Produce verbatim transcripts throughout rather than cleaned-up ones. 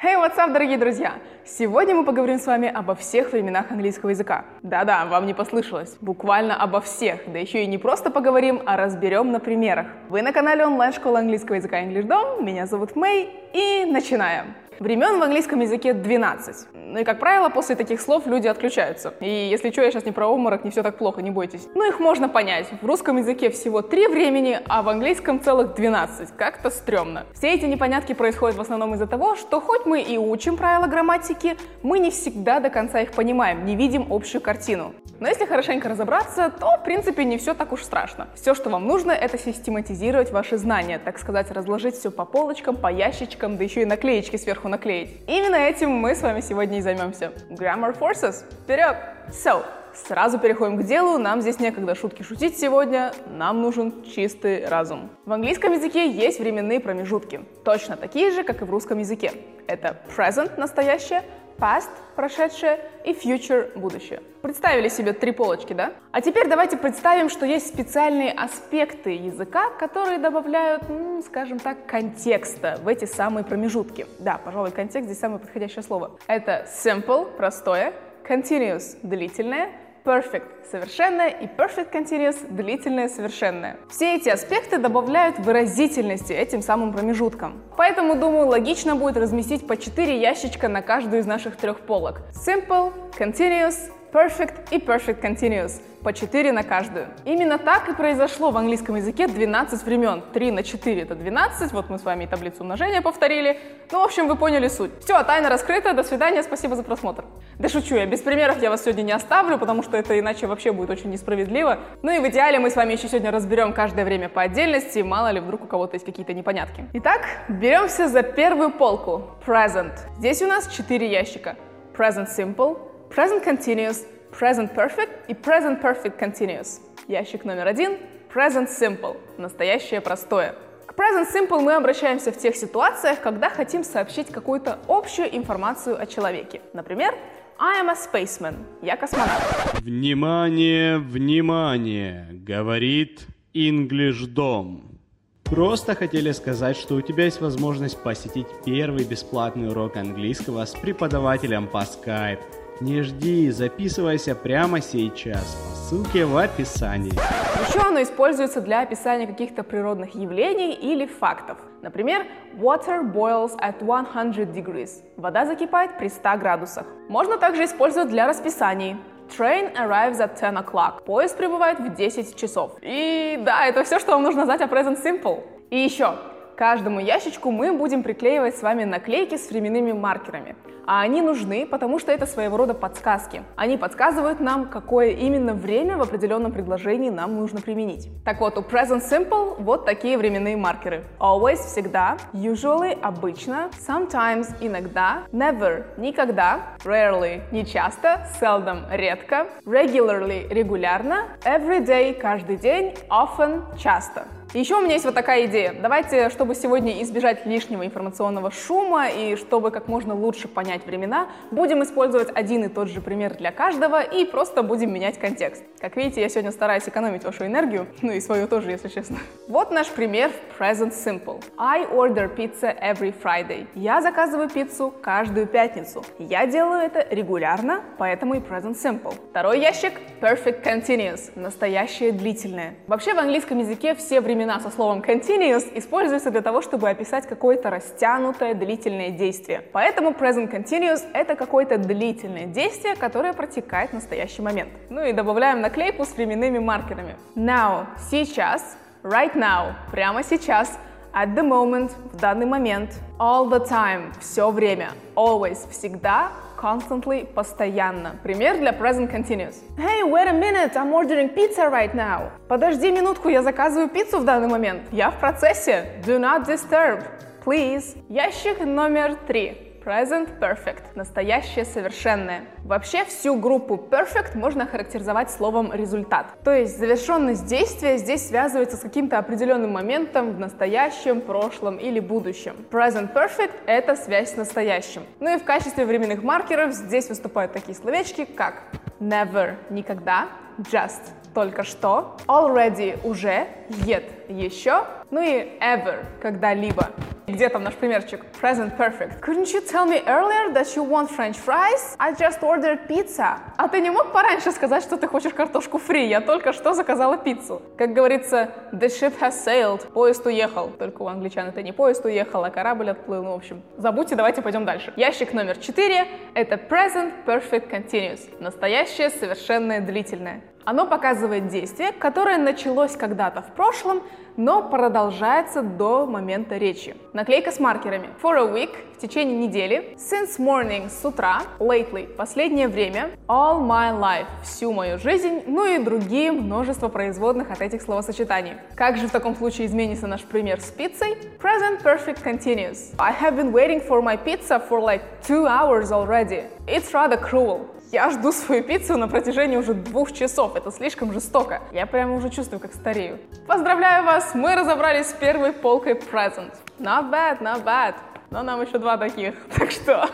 Hey, what's up, дорогие друзья! Сегодня мы поговорим с вами обо всех временах английского языка. Да-да, вам не послышалось. Буквально обо всех. Да еще и не просто поговорим, а разберем на примерах. Вы на канале онлайн-школы английского языка EnglishDom. Меня зовут Мэй. И начинаем. Времен в английском языке двенадцать. Ну и, как правило, после таких слов люди отключаются. И если что, я сейчас не про обморок, не все так плохо, не бойтесь. Ну их можно понять. В русском языке всего три времени, а в английском целых двенадцать. Как-то стрёмно. Все эти непонятки происходят в основном из-за того, что хоть мы и учим правила грамматики, мы не всегда до конца их понимаем, не видим общую картину. Но если хорошенько разобраться, то, в принципе, не все так уж страшно. Все, что вам нужно, это систематизировать ваши знания, так сказать, разложить все по полочкам, по ящичкам, да еще и наклеечки сверху наклеить. Именно этим мы с вами сегодня и займемся. Grammar Forces! Вперед! So, сразу переходим к делу, нам здесь некогда шутки шутить сегодня, нам нужен чистый разум. В английском языке есть временные промежутки, точно такие же, как и в русском языке. Это present – настоящее, past – прошедшее и future – будущее. Представили себе три полочки, да? А теперь давайте представим, что есть специальные аспекты языка, которые добавляют, ну, скажем так, контекста в эти самые промежутки. Да, пожалуй, контекст здесь самое подходящее слово. Это simple – простое, continuous – длительное, perfect – совершенное и perfect continuous – длительное совершенное. Все эти аспекты добавляют выразительности этим самым промежуткам. Поэтому, думаю, логично будет разместить по четыре ящичка на каждую из наших трех полок. Simple, continuous, perfect и perfect continuous. По четыре на каждую. Именно так и произошло в английском языке двенадцать времен. три на четыре это двенадцать, вот мы с вами и таблицу умножения повторили. Ну, в общем, вы поняли суть. Все, тайна раскрыта, до свидания, спасибо за просмотр. Да шучу я, без примеров я вас сегодня не оставлю, потому что это иначе вообще будет очень несправедливо. Ну и в идеале мы с вами еще сегодня разберем каждое время по отдельности, мало ли вдруг у кого-то есть какие-то непонятки. Итак, беремся за первую полку. Present. Здесь у нас четыре ящика. Present Simple, Present Continuous, Present Perfect и Present Perfect Continuous. Ящик номер один – Present Simple – настоящее простое. К Present Simple мы обращаемся в тех ситуациях, когда хотим сообщить какую-то общую информацию о человеке. Например, I am a spaceman – я космонавт. Внимание, внимание, говорит EnglishDom. Просто хотели сказать, что у тебя есть возможность посетить первый бесплатный урок английского с преподавателем по Skype. Не жди, записывайся прямо сейчас по ссылке в описании. Еще оно используется для описания каких-то природных явлений или фактов. Например, water boils at one hundred degrees. Вода закипает при ста градусах. Можно также использовать для расписаний. Train arrives at ten o'clock. Поезд прибывает в десять часов. И да, это все, что вам нужно знать о Present Simple. И еще. К каждому ящичку мы будем приклеивать с вами наклейки с временными маркерами. А они нужны, потому что это своего рода подсказки. Они подсказывают нам, какое именно время в определенном предложении нам нужно применить. Так вот, у Present Simple вот такие временные маркеры. Always – всегда, usually – обычно, sometimes – иногда, never – никогда, rarely – нечасто, seldom – редко, regularly – регулярно, every day – каждый день, often – часто. Еще у меня есть вот такая идея. Давайте, чтобы сегодня избежать лишнего информационного шума и чтобы как можно лучше понять времена, будем использовать один и тот же пример для каждого и просто будем менять контекст. Как видите, я сегодня стараюсь экономить вашу энергию, ну и свою тоже, если честно. Вот наш пример в Present Simple. I order pizza every Friday. Я заказываю пиццу каждую пятницу. Я делаю это регулярно, поэтому и Present Simple. Второй ящик – Perfect Continuous. Настоящее длительное. Вообще в английском языке все времена со словом continuous используются для того, чтобы описать какое-то растянутое длительное действие. Поэтому present continuous — это какое-то длительное действие, которое протекает в настоящий момент. Ну и добавляем наклейку с временными маркерами. Now — сейчас, right now — прямо сейчас, at the moment — в данный момент, all the time — все время, always — всегда, constantly — постоянно. Пример для present continuous. Hey, wait a minute, I'm ordering pizza right now. Подожди минутку, я заказываю пиццу в данный момент. Я в процессе. Do not disturb, please. Ящик номер три. Present Perfect – настоящее совершенное. Вообще всю группу Perfect можно характеризовать словом результат. То есть завершенность действия здесь связывается с каким-то определенным моментом в настоящем, прошлом или будущем. Present Perfect – это связь с настоящим. Ну и в качестве временных маркеров здесь выступают такие словечки, как never – никогда, just – только что, already – уже, yet – еще, ну и ever – когда-либо. Где там наш примерчик? Present perfect. Couldn't you tell me earlier that you want French fries? I just ordered pizza. А ты не мог пораньше сказать, что ты хочешь картошку фри? Я только что заказала пиццу. Как говорится, the ship has sailed. Поезд уехал. Только у англичан это не поезд уехал, а корабль отплыл. Ну, в общем, забудьте, давайте пойдем дальше. Ящик номер четыре — это present perfect continuous. Настоящее совершенное длительное. Оно показывает действие, которое началось когда-то в прошлом, но продолжается до момента речи. Наклейка с маркерами. For a week — в течение недели. Since morning — с утра. Lately — последнее время. All my life — всю мою жизнь. Ну и другие множество производных от этих словосочетаний. Как же в таком случае изменится наш пример с пиццей? Present perfect continuous. I have been waiting for my pizza for like two hours already. It's rather cruel. Я жду свою пиццу на протяжении уже двух часов. Это слишком жестоко. Я прямо уже чувствую, как старею. Поздравляю вас! Мы разобрались с первой полкой present. Not bad, not bad. Но нам еще два таких. Так что...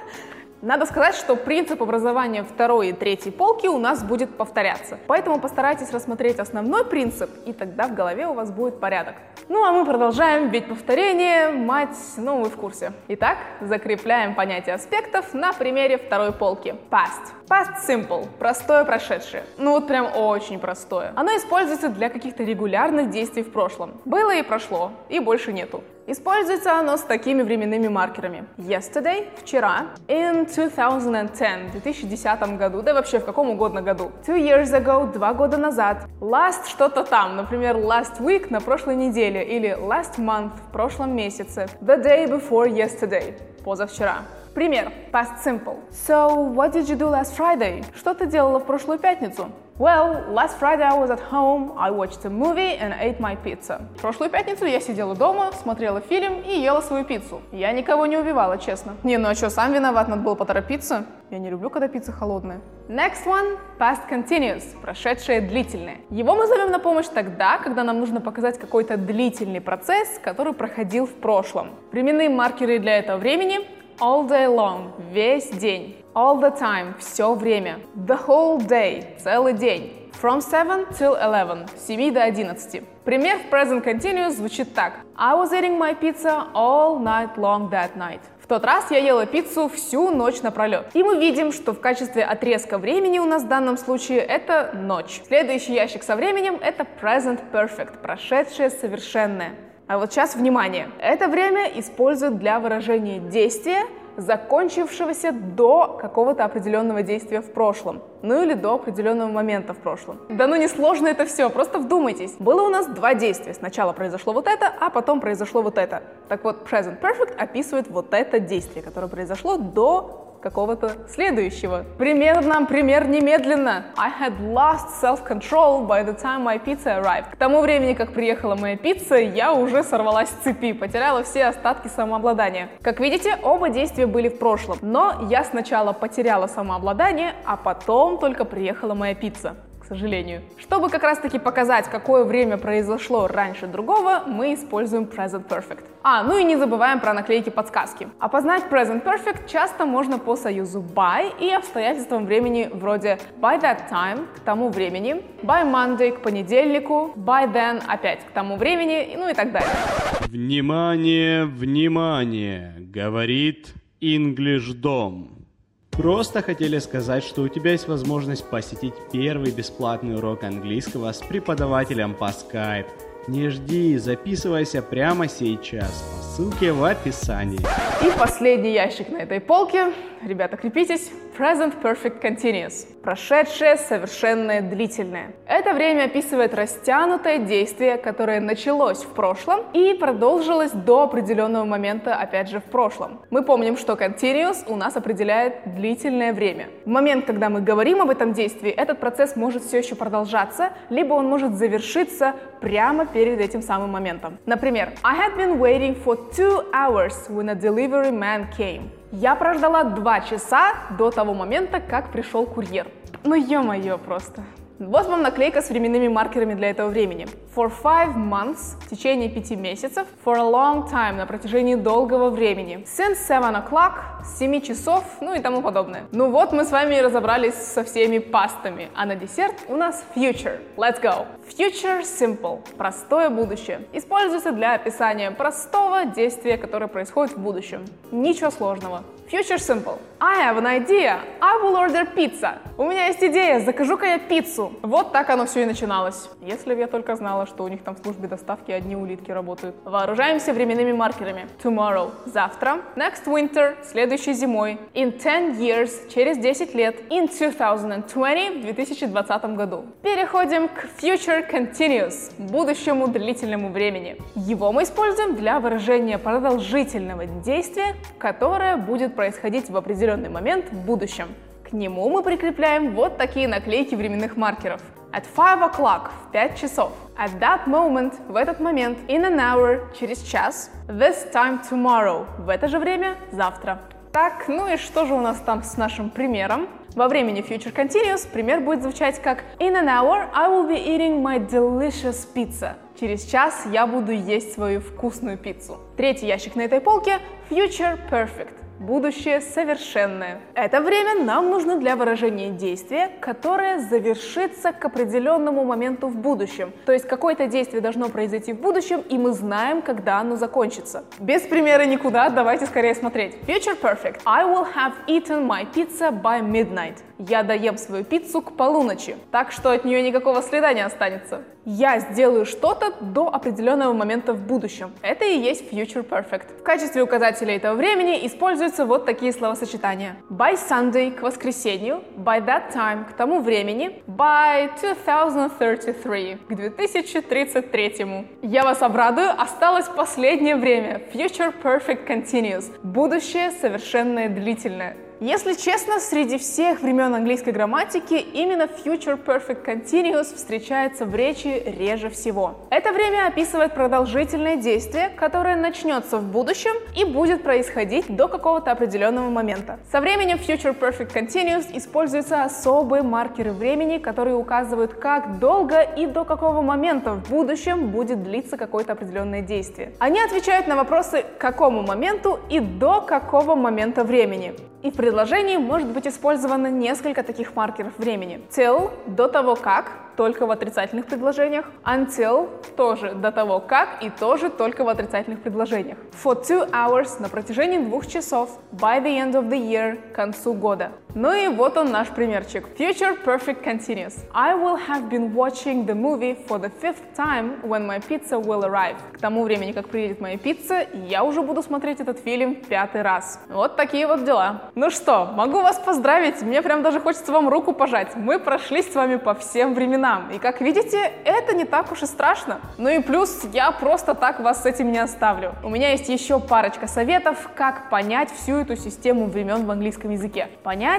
Надо сказать, что принцип образования второй и третьей полки у нас будет повторяться. Поэтому постарайтесь рассмотреть основной принцип, и тогда в голове у вас будет порядок. Ну а мы продолжаем, ведь повторение, мать, ну вы в курсе. Итак, закрепляем понятие аспектов на примере второй полки. Past. Past simple. Простое прошедшее. Ну вот прям очень простое. Оно используется для каких-то регулярных действий в прошлом. Было и прошло, и больше нету. Используется оно с такими временными маркерами. Yesterday – вчера. In two thousand ten – в две тысячи десятом году, да и вообще в каком угодно году. Two years ago – два года назад. Last – что-то там, например, last week – на прошлой неделе, или last month – в прошлом месяце. The day before yesterday – позавчера. Пример. Past simple. So, what did you do last Friday? Что ты делала в прошлую пятницу? Well, last Friday I was at home, I watched a movie and ate my pizza. В прошлую пятницу я сидела дома, смотрела фильм и ела свою пиццу. Я никого не убивала, честно. Не, ну а что, сам виноват, надо было поторопиться. Я не люблю, когда пицца холодная. Next one, past continuous, прошедшее длительное. Его мы зовем на помощь тогда, когда нам нужно показать какой-то длительный процесс, который проходил в прошлом. Временные маркеры для этого времени — all day long, весь день. All the time, все время. The whole day, целый день. From seven till eleven, с семи до одиннадцати. Пример в present continuous звучит так. I was eating my pizza all night long that night. В тот раз я ела пиццу всю ночь напролет. И мы видим, что в качестве отрезка времени у нас в данном случае это ночь. Следующий ящик со временем — это present perfect, прошедшее совершенное. А вот сейчас внимание. Это время используют для выражения действия, закончившегося до какого-то определенного действия в прошлом. Ну или до определенного момента в прошлом. Да ну не сложно это все, просто вдумайтесь. Было у нас два действия. Сначала произошло вот это, а потом произошло вот это. Так вот, present perfect описывает вот это действие, которое произошло до какого-то следующего. Пример нам, пример немедленно. I had lost self-control by the time my pizza arrived. К тому времени, как приехала моя пицца, я уже сорвалась с цепи, потеряла все остатки самообладания. Как видите, оба действия были в прошлом, но я сначала потеряла самообладание, а потом только приехала моя пицца. К сожалению. Чтобы как раз-таки показать, какое время произошло раньше другого, мы используем present perfect. А, ну и не забываем про наклейки-подсказки. Опознать present perfect часто можно по союзу by и обстоятельствам времени вроде by that time, к тому времени, by Monday, к понедельнику, by then, опять к тому времени, ну и так далее. Внимание, внимание, говорит English дом. Просто хотели сказать, что у тебя есть возможность посетить первый бесплатный урок английского с преподавателем по Skype. Не жди, записывайся прямо сейчас по ссылке в описании. И последний ящик на этой полке. Ребята, крепитесь. Present Perfect Continuous. Прошедшее совершенное длительное. Это время описывает растянутое действие, которое началось в прошлом и продолжилось до определенного момента, опять же, в прошлом. Мы помним, что continuous у нас определяет длительное время. В момент, когда мы говорим об этом действии, этот процесс может все еще продолжаться, либо он может завершиться прямо перед этим самым моментом. Например, I had been waiting for two hours when a delivery man came. Я прождала два часа до того момента, как пришел курьер. Ну ё-моё просто. Вот вам наклейка с временными маркерами для этого времени. For five months, в течение пяти месяцев. For a long time, на протяжении долгого времени. Since seven o'clock, с семи часов, ну и тому подобное. Ну вот мы с вами и разобрались со всеми пастами. А на десерт у нас future. Let's go! Future simple. Простое будущее. Используется для описания простого действия, которое происходит в будущем. Ничего сложного. Future simple. I have an idea. I will order pizza. У меня есть идея, закажу-ка я пиццу. Вот так оно все и начиналось. Если бы я только знала, что у них там в службе доставки одни улитки работают. Вооружаемся временными маркерами. Tomorrow – завтра. Next winter – следующей зимой. In ten years – через десять лет. In twenty twenty – в две тысячи двадцатом году. Переходим к future continuous – будущему длительному времени. Его мы используем для выражения продолжительного действия, которое будет происходить в определенный момент в будущем. К нему мы прикрепляем вот такие наклейки временных маркеров. At five o'clock, в пять часов. At that moment, в этот момент. In an hour, через час. This time tomorrow, в это же время, завтра. Так, ну и что же у нас там с нашим примером? Во времени Future Continuous пример будет звучать как In an hour, I will be eating my delicious pizza. Через час я буду есть свою вкусную пиццу. Третий ящик на этой полке – Future Perfect. Будущее совершенное. Это время нам нужно для выражения действия, которое завершится к определенному моменту в будущем. То есть какое-то действие должно произойти в будущем, и мы знаем, когда оно закончится. Без примера никуда, давайте скорее смотреть. Future Perfect. I will have eaten my pizza by midnight. Я доем свою пиццу к полуночи, так что от нее никакого следа не останется. Я сделаю что-то до определенного момента в будущем. Это и есть Future Perfect. В качестве указателя этого времени используются вот такие словосочетания. By Sunday – к воскресенью. By that time – к тому времени. By twenty thirty-three – к две тысячи тридцать третьему. Я вас обрадую, осталось последнее время. Future Perfect Continuous – будущее совершенное длительное. Если честно, среди всех времен английской грамматики именно Future Perfect Continuous встречается в речи реже всего. Это время описывает продолжительное действие, которое начнется в будущем и будет происходить до какого-то определенного момента. Со временем Future Perfect Continuous используются особые маркеры времени, которые указывают, как долго и до какого момента в будущем будет длиться какое-то определенное действие. Они отвечают на вопросы к какому моменту и до какого момента времени. И в предложении может быть использовано несколько таких маркеров времени. Till – до того как, только в отрицательных предложениях. Until – тоже до того как и тоже только в отрицательных предложениях. For two hours – на протяжении двух часов. By the end of the year – к концу года. Ну и вот он наш примерчик. Future Perfect Continuous. I will have been watching the movie for the fifth time when my pizza will arrive. К тому времени, как приедет моя пицца, я уже буду смотреть этот фильм пятый раз. Вот такие вот дела. Ну что, могу вас поздравить, мне прям даже хочется вам руку пожать. Мы прошлись с вами по всем временам, и как видите, это не так уж и страшно. Ну и плюс, я просто так вас с этим не оставлю. У меня есть еще парочка советов, как понять всю эту систему времен в английском языке. Понять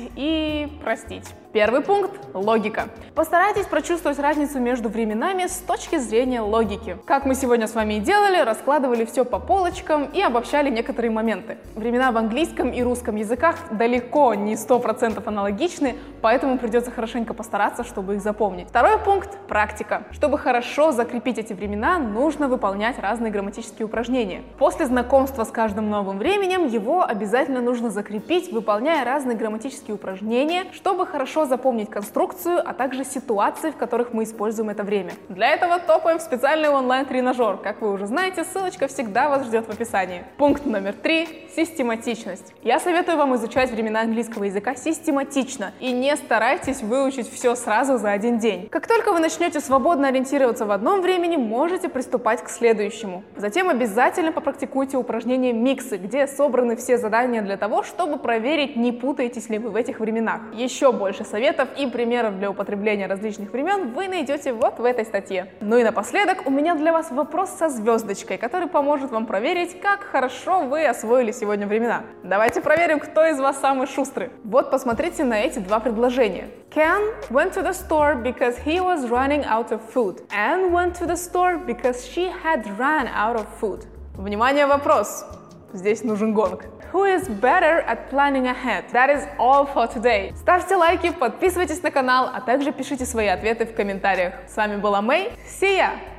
и простить. Первый пункт – логика. Постарайтесь прочувствовать разницу между временами с точки зрения логики. Как мы сегодня с вами и делали, раскладывали все по полочкам и обобщали некоторые моменты. Времена в английском и русском языках далеко не сто процентов аналогичны, поэтому придется хорошенько постараться, чтобы их запомнить. Второй пункт – практика. Чтобы хорошо закрепить эти времена, нужно выполнять разные грамматические упражнения. После знакомства с каждым новым временем его обязательно нужно закрепить, выполняя разные грамматические упражнения, чтобы хорошо запомнить конструкцию, а также ситуации, в которых мы используем это время. Для этого топаем в специальный онлайн-тренажер. Как вы уже знаете, ссылочка всегда вас ждет в описании. Пункт номер три – систематичность. Я советую вам изучать времена английского языка систематично и не старайтесь выучить все сразу за один день. Как только вы начнете свободно ориентироваться в одном времени, можете приступать к следующему. Затем обязательно попрактикуйте упражнение миксы, где собраны все задания для того, чтобы проверить, не путаетесь ли вы в этих временах. Еще больше советов и примеров для употребления различных времен вы найдете вот в этой статье. Ну и напоследок у меня для вас вопрос со звездочкой, который поможет вам проверить, как хорошо вы освоили сегодня времена. Давайте проверим, кто из вас самый шустрый. Вот посмотрите на эти два предложения. Ken went to the store because he was running out of food. Anne went to the store because she had run out of food. Внимание, вопрос. Здесь нужен гонг. Who is better at planning ahead? That is all for today. Ставьте лайки, подписывайтесь на канал, а также пишите свои ответы в комментариях. С вами была Мэй. See ya!